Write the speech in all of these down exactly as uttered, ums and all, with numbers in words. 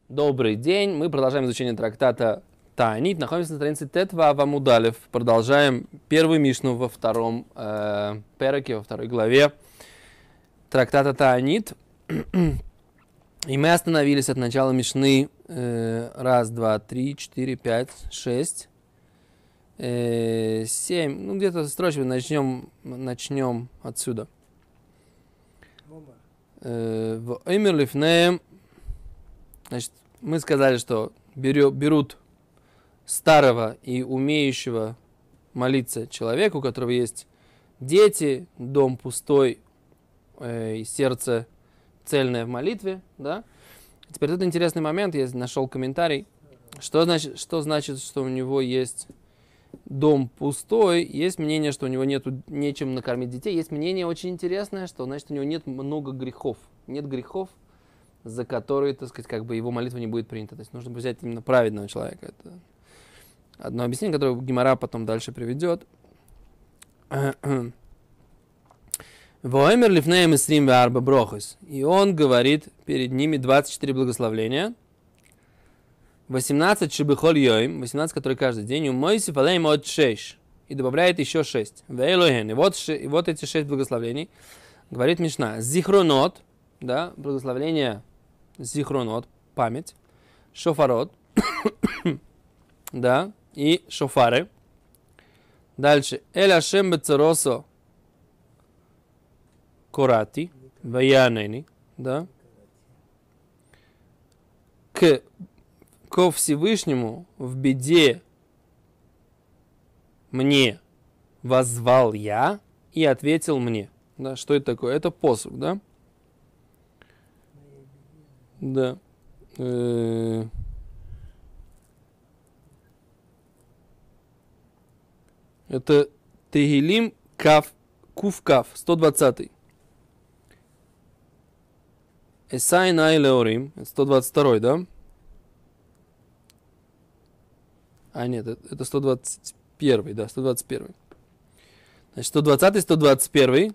Добрый день. Мы продолжаем изучение трактата Таанит. Находимся на странице Тетва Авамудалев. Продолжаем первую мишну во втором э, переке, во второй главе трактата Таанит. И мы остановились от начала мишны э, раз, два, три, четыре, пять, шесть, э, семь. Ну, где-то строчку начнем, начнем отсюда. Э, в Эмир Лифнеем. Значит, мы сказали, что берё, берут старого и умеющего молиться человека, у которого есть дети, дом пустой э, и сердце цельное в молитве, да? Теперь тут интересный момент, я нашел комментарий, что значит, что значит, что у него есть дом пустой, есть мнение, что у него нету нечем накормить детей, есть мнение очень интересное, что значит у него нет много грехов, нет грехов, за которые, так сказать, как бы его молитва не будет принята. То есть нужно взять именно праведного человека. Это одно объяснение, которое Гемара потом дальше приведет. Воэмер лифнеем исрим веарба брохос. И он говорит перед ними двадцать четыре благословления. восемнадцать шибихоль йоим, восемнадцать, которые каждый день. Умойси фалейм от шесть. И добавляет еще шесть. Вейлоген. И вот, и вот эти шесть благословений. Говорит Мишна. Зихронот. Да, благословление зихронот, память, шофарот, да, и шофары. Дальше, эль ашем бецаросо корати, ваянени, да, к, ко Всевышнему в беде мне воззвал я и ответил мне. Да, что это такое? Это посук, да? Да. Э-э- Это Тегилим Кав Кув Кав, сто двадцатый. Эсай Най Леорим, сто двадцать второй, да? А нет, это сто двадцать первый, да, сто двадцать первый. Значит, сто двадцатый, сто двадцать первый.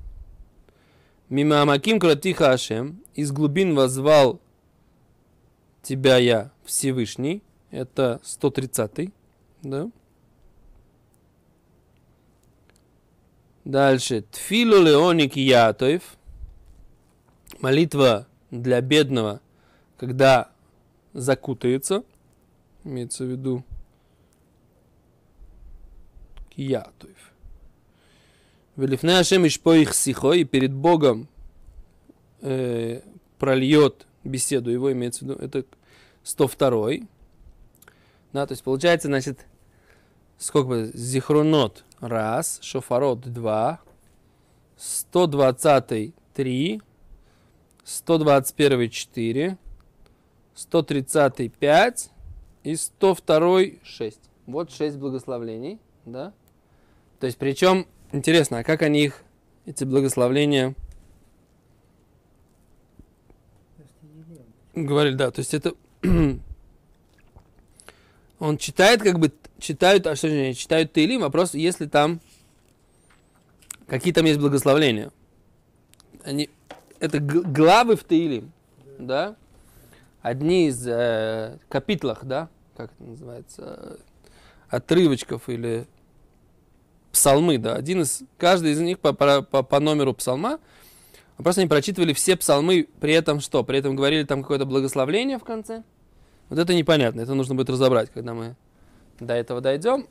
Мимо Амаким Кратиха Ашем, из глубин воззвал тебя я, Всевышний. Это сто тридцатый, да? Дальше. Тфилу Леоник Ятоев. Молитва для бедного, когда закутается. Имеется в виду Ятоев. Велифне Ашем ишпоих сихо, и перед Богом э, прольет беседу его, имеется в виду, это сто второй. Да, то есть получается, значит, сколько бы, зихронот раз, шофарот два, сто двадцатый три, сто двадцать первый четыре, сто тридцатый пять и сто второй шесть. Вот шесть благословлений, да. То есть причем интересно, а как они их, эти благословления, говорили, да, то есть это, он читает, как бы, читают, а что же они читают Теилим, а просто если там, какие там есть благословления, они, это главы в Теилим, да, одни из э, капитлах, да, как это называется, отрывочков или псалмы, да, один из, каждый из них по, по, по номеру псалма, просто они прочитывали все псалмы, при этом что? При этом говорили там какое-то благословление в конце. Вот это непонятно, это нужно будет разобрать, когда мы до этого дойдем.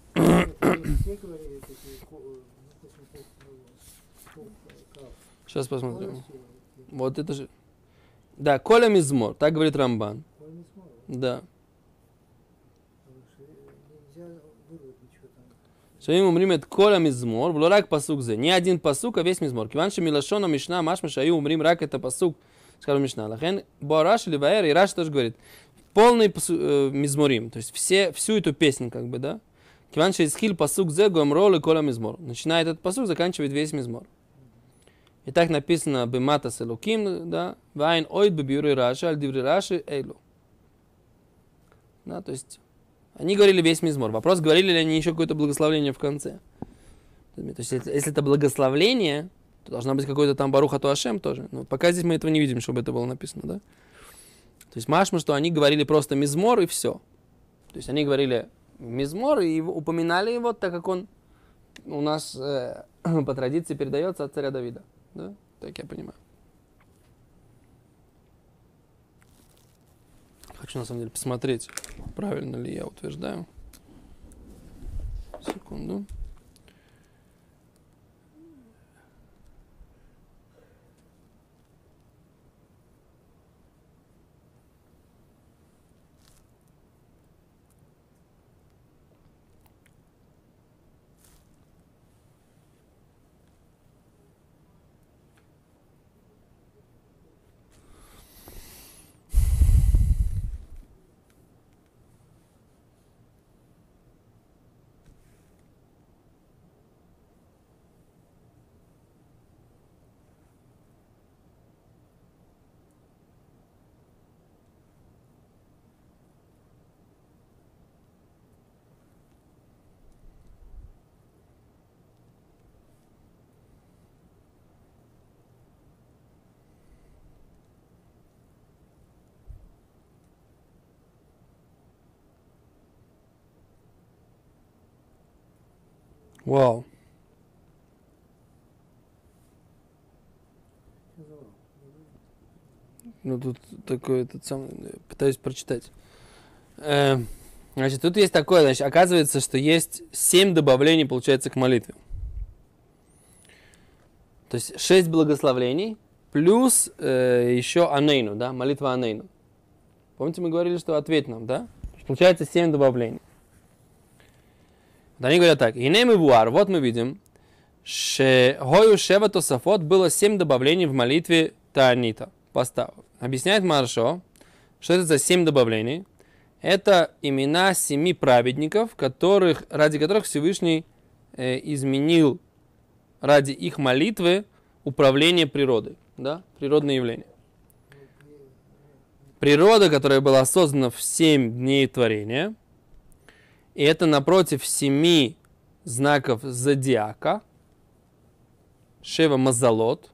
Сейчас посмотрим. Вот это же... Да, Коля Мизмор, так говорит Рамбан. Да. Шаим умрим это коля мизмор, было рак пасук зе. Не один пасук, а весь мизмор. Киванши милашона мишна машма шаю умрим рак это пасук, скажем мишна. Лахен бараш или ваэр, и Раш тоже говорит полный пасу, э, мизморим, то есть все, всю эту песню как бы, да. Киванши исхил пасук зе гомрол и коля мизмор. Начинает этот пасук, заканчивает весь мизмор. И так написано бимата селуким, да. Вайн ойд бибюры Раши, аль диври Раши эйлу. Да, то есть они говорили весь мизмор. Вопрос, говорили ли они еще какое-то благословление в конце. То есть, если, если это благословление, то должно быть какой-то там Барух Ату Ашем тоже. Но пока здесь мы этого не видим, чтобы это было написано, да? То есть машма, что они говорили просто мизмор и все. То есть они говорили мизмор и упоминали его, так как он у нас э, по традиции передается от царя Давида. Да? Так я понимаю. Хочу на самом деле посмотреть, правильно ли я утверждаю. Секунду. Вау. Ну тут такой этот самый, пытаюсь прочитать. Э, значит, тут есть такое, значит, оказывается, что есть семь добавлений, получается, к молитве. То есть шесть благословлений плюс э, еще анейну, да, молитва анейну. Помните, мы говорили, что ответь нам, да? Получается семь добавлений. Вот они говорят так. Инем и вуар. Вот мы видим, что хою шева тосафот было семь добавлений в молитве Таанита. Поста. Объясняет Маршо, что это за семь добавлений. Это имена семи праведников, которых, ради которых Всевышний э, изменил ради их молитвы управление природой. Да? Природное явление. Природа, которая была создана в семь дней творения, и это напротив семи знаков зодиака, Шева Мазалот.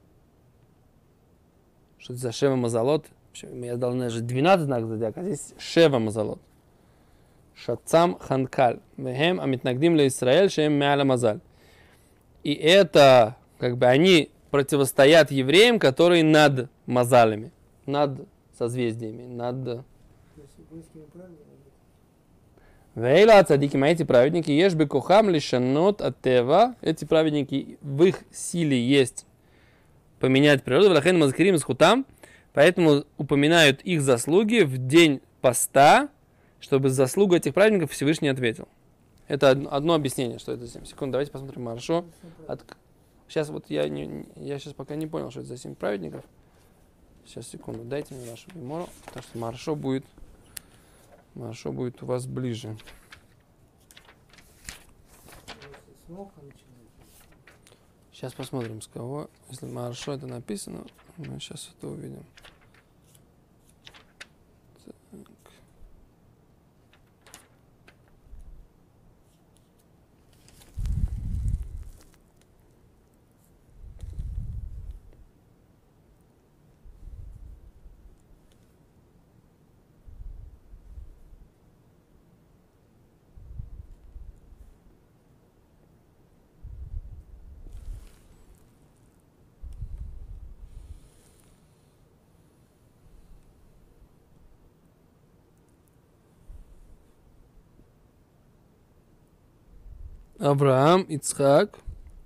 Что это за Шева Мазалот? Я дал даже двенадцать знаков зодиака, а здесь Шева Мазалот. Шацам Ханкаль. Мехем Амитнагдим ле Исраэль Шеем Меаля Мазаль. И это, как бы, они противостоят евреям, которые над мазалями, над созвездиями, над... Вейла цадиким, эти праведники, ешь бы кухам лишанот от тева, эти праведники, в их силе есть поменять природу, влахен мазкирим с хутам, поэтому упоминают их заслуги в день поста, чтобы за заслугу этих праведников Всевышний ответил. Это одно объяснение, что это семь секунд. Давайте посмотрим Маршо. От... Сейчас вот я, не, я сейчас пока не понял, что это за семь праведников. Сейчас, секунду, дайте мне вашу мемору, потому что Маршо будет, Маршо будет у вас ближе. Сейчас посмотрим, с кого. Если Маршо это написано, мы сейчас это увидим. Так. Авраам, Ицхак,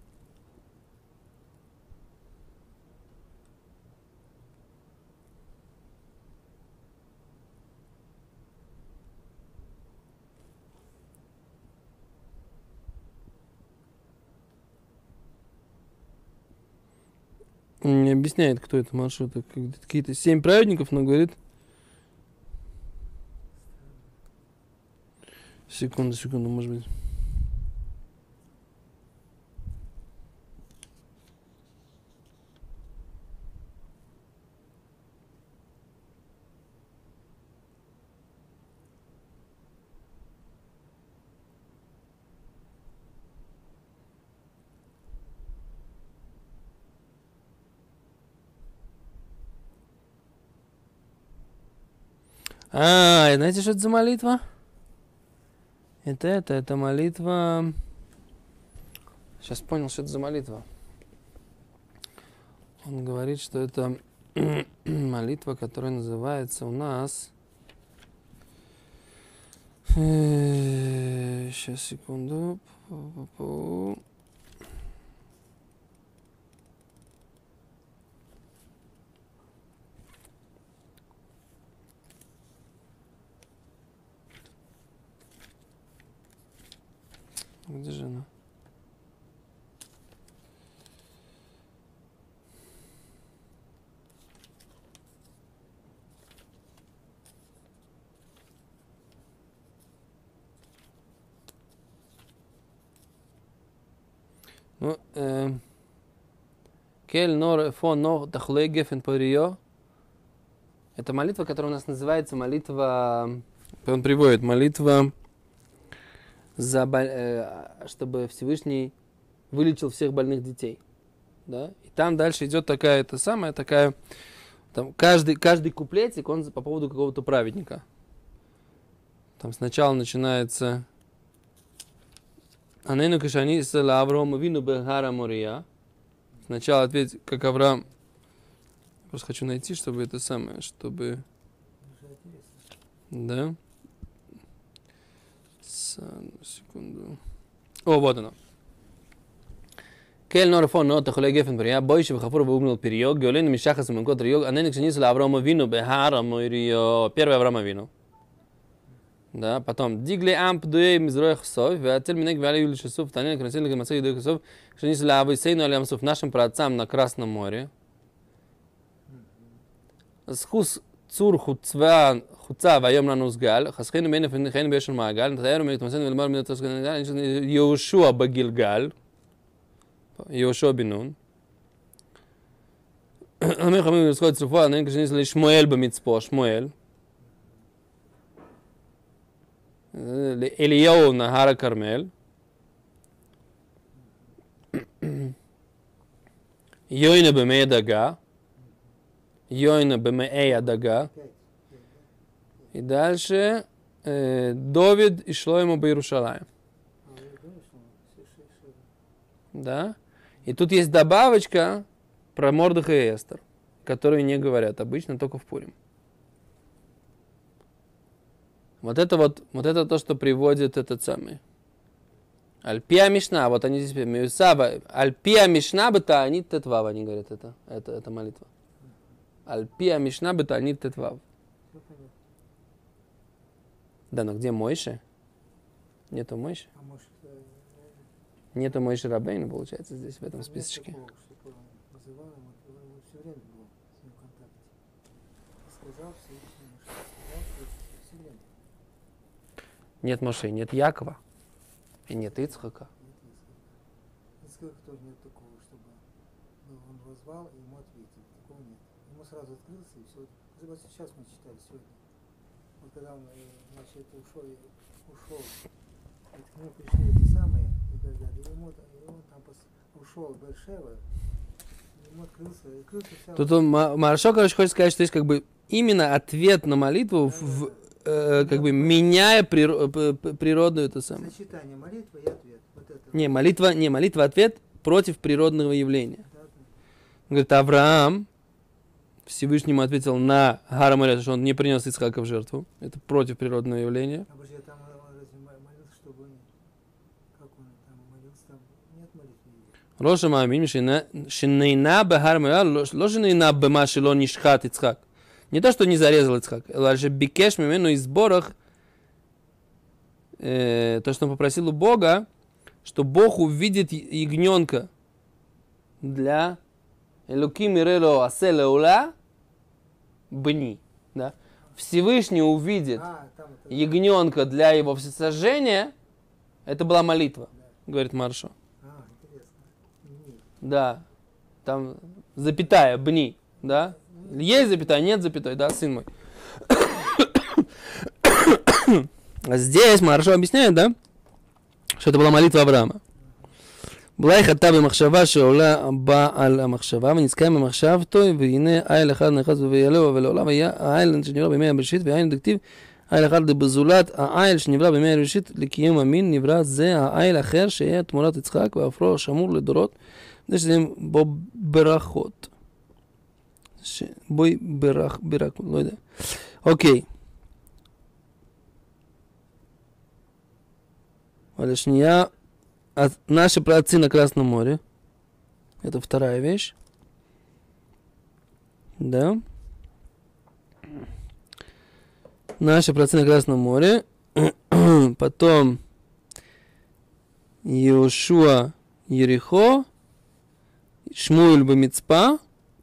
он не объясняет, кто это маршрут, какие-то семь праведников, но говорит... Секунду, секунду, может быть... А, и знаете, что это за молитва? Это, это, это молитва... Сейчас понял, что это за молитва. Он говорит, что это молитва, которая называется у нас... Сейчас, секунду. Где же она? Ну, Кель нор фон нор тахлей гефен порио. Это молитва, которая у нас называется молитва, он приводит, молитва, за, э, чтобы Всевышний вылечил всех больных детей. Да? И там дальше идет такая, это самая, такая, там каждый, каждый куплетик, он по поводу какого-то праведника. Там сначала начинается Анейну кашани сала Авраама вину бехара мория. Сначала ответь, как Авраам. Просто хочу найти, чтобы это самое, чтобы... Да. Секунду. О, вот оно. Кель норфон но тахлей гефен прия, бойши бхафур выгнул период, геолен мишаха саманкот риог, анейну кашани сала Авраама вину бехара мория. Первый Авраама вину. Да, потом Дигле амп дуэ мизроях сов, ватель минек вали юли шесов, танин красили гамасай дуэ сов, что не славы сейну алямсов нашим праотцам на Красном море. Схус цур хуцва хуца вайом ланусгал, хасхейну бейну финхейну бешен маагал, натаэру мейт масен вельмар минут тосканагал, Йошуа багилгал, Йошуа бинун. Амир хамим расход цруфа, анин красили слали Шмуэль бамицпо, Шмуэль. Элияу на Хара Кармель. Йойна бемея дага. Йойна бемея дага. И дальше э, Довид и шло ему по Иерушалаю. Да? И тут есть добавочка про Мордеха и Эстер, которую не говорят обычно, только в Пурим. Вот это вот, вот это то, что приводит этот самый. Альпия Мишна, вот они здесь, Миусава, Альпия Мишна бета анит тетвав, они говорят это, это, это молитва. Альпия Мишна бета анит тетвав. Да, но где Мойше? Нету Мойше? Нету Мойше Рабейну, получается, здесь, в этом списочке. Нет Моше, нет Якова и нет Ицхака. Ицхака тоже нет такого, чтобы он возвал и ему ответил. Такого нет. Ему сразу открылся и все. Вот сейчас мы читали сегодня. Вот когда он, значит, ушел, ушел, вот к нему пришли эти самые и так далее. И ему, и он там ушел в Бершева, ему открылся, и открылся вся... Тут он, Маршо, короче, хочет сказать, что есть как бы именно ответ на молитву да, в... да. Как бы меняя природную это самое. Сочетание молитвы и ответ. Вот это. Не, молитва, не, молитва ответ против природного явления. Да, да. Он говорит, Авраам Всевышнему ответил на Гара Мория, что он не принес Ицхака в жертву. Это против природного явления. А боже, я там молился, чтобы он... Как он там молился? Там нет молитвы. Роша Маамим, шинейна бе-Гара Мория, ложинейна бе-ма шило нишхат Ицхак. Не то, что не зарезал Ицхак, а же бикеш мимену из сборах, э, то, что он попросил у Бога, что Бог увидит ягненка для Элуким ирело аселеула бни. Да? Всевышний увидит А, там это... ягненка для его всесожжения. Это была молитва, Да. говорит Маршо. А, интересно. Нет. Да, там запятая, бни, да. Есть запятая, нет запятой, да, сын мой. Здесь Маршо объясняет, да, что это была молитва Авраама. בלאי חטא במחשבה שעולה בא על המחשבה, ונזכר במחשבתו, והנה איל אחד נחז ויעלו, ולעולם היה האיל שנברא בימי הבראשית, והאיל דכתיב, איל אחד בזולת האיל שנברא בימי הבראשית, לקיום המין נברא זה האיל אחר, שיהיה תמורת יצחק, ואפרו שמור לדורות, כדי שזה בו ברכות. בואי ברך, ברכות, לא יודע. אוקיי. Але шния, а наши праотцы на Красном море. Это вторая вещь. Да. Наши праотцы на Красном море. Потом Иошуа Ерихо, Шмуэль Бамицпа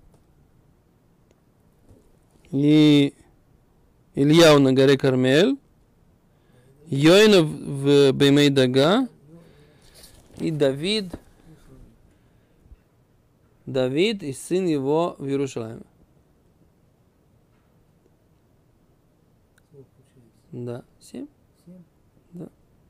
и Ильяу на горе Кармель. Йоинов в Беймей Дага и Давид, Давид и сын его в Иерусалиме. Да, семь? Да.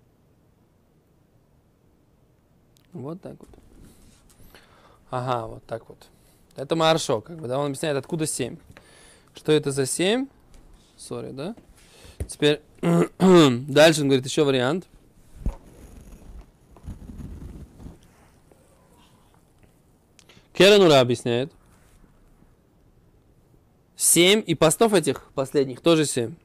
Вот так вот. Ага, вот так вот. Это Маршо, как бы, да, он объясняет, откуда семь. Что это за семь? Сори, да? Теперь дальше он говорит еще вариант. Керен Ура объясняет. Семь и постов этих последних тоже семь.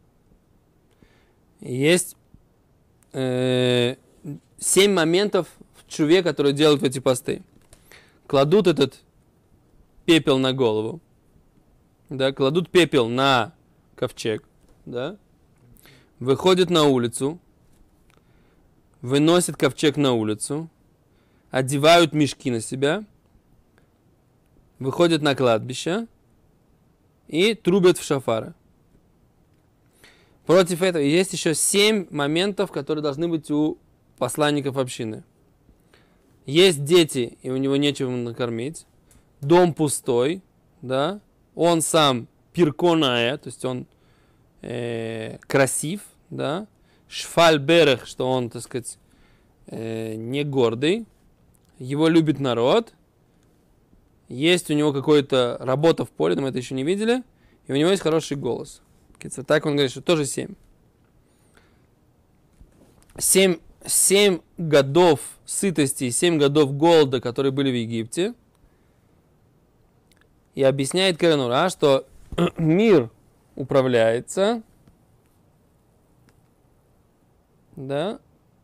Есть э, семь моментов в чуве, которые делают эти посты. Кладут этот пепел на голову. Да, кладут пепел на ковчег. Да? Выходят на улицу, выносят ковчег на улицу, одевают мешки на себя, выходят на кладбище и трубят в шафары. Против этого есть еще семь моментов, которые должны быть у посланников общины. Есть дети, и у него нечего накормить. Дом пустой, да? Он сам пирконая, то есть он э, красив, да? Шфальберех, что он, так сказать, э, не гордый. Его любит народ. Есть у него какая-то работа в поле, но мы это еще не видели. И у него есть хороший голос. Так он говорит, что тоже семь. Семь, семь годов сытости и семь годов голода, которые были в Египте. И объясняет Керен Ура, что мир управляется, да,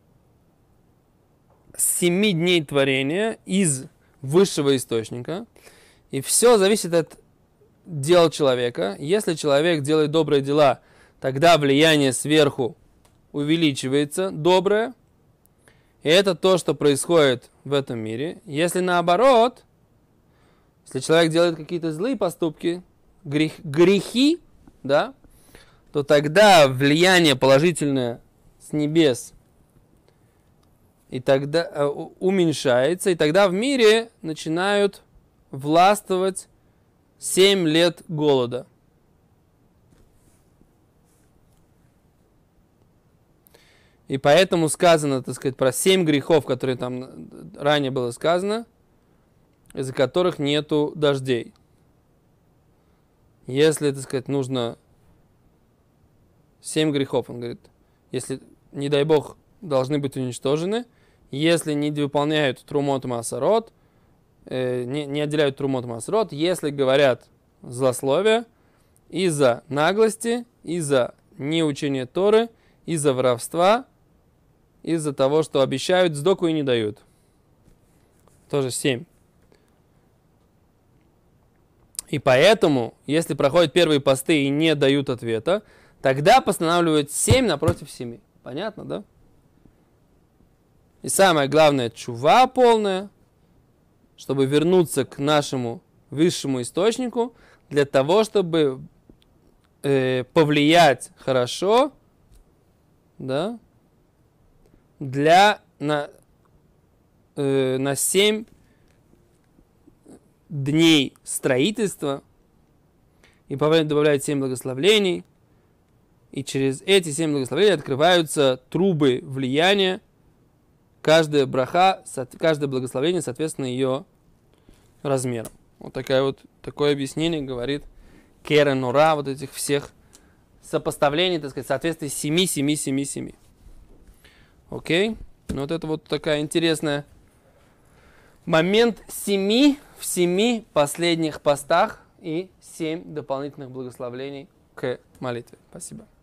с семи дней творения из высшего источника. И все зависит от дел человека. Если человек делает добрые дела, тогда влияние сверху увеличивается, доброе. И это то, что происходит в этом мире. Если наоборот, если человек делает какие-то злые поступки, грех, грехи, да, то тогда влияние положительное с небес и тогда э, уменьшается, и тогда в мире начинают властвовать семь лет голода. И поэтому сказано, так сказать, про семь грехов, которые там ранее было сказано, из-за которых нету дождей. Если, так сказать, нужно семь грехов, он говорит, если, не дай бог, должны быть уничтожены, если не выполняют трумот маасарот, э, не, не отделяют трумот маасарот, если говорят злословие из-за наглости, из-за неучения Торы, из-за воровства, из-за того, что обещают сдоку и не дают. Тоже семь. И поэтому, если проходят первые посты и не дают ответа, тогда постанавливают семь напротив семи. Понятно, да? И самое главное, чува полная, чтобы вернуться к нашему высшему источнику, для того, чтобы э, повлиять хорошо, да, для, на, э, на семь дней строительства, и добавляют семь благословлений, и через эти семь благословений открываются трубы влияния, каждая браха, каждое благословение, соответственно, ее размером. Вот такая вот, такое объяснение говорит Керен Ора, вот этих всех сопоставлений, так сказать, соответствии семи, семи, семи, семи. Окей? Ну, вот это вот такая интересная момент семи в семи последних постах и семь дополнительных благословений к молитве. Спасибо.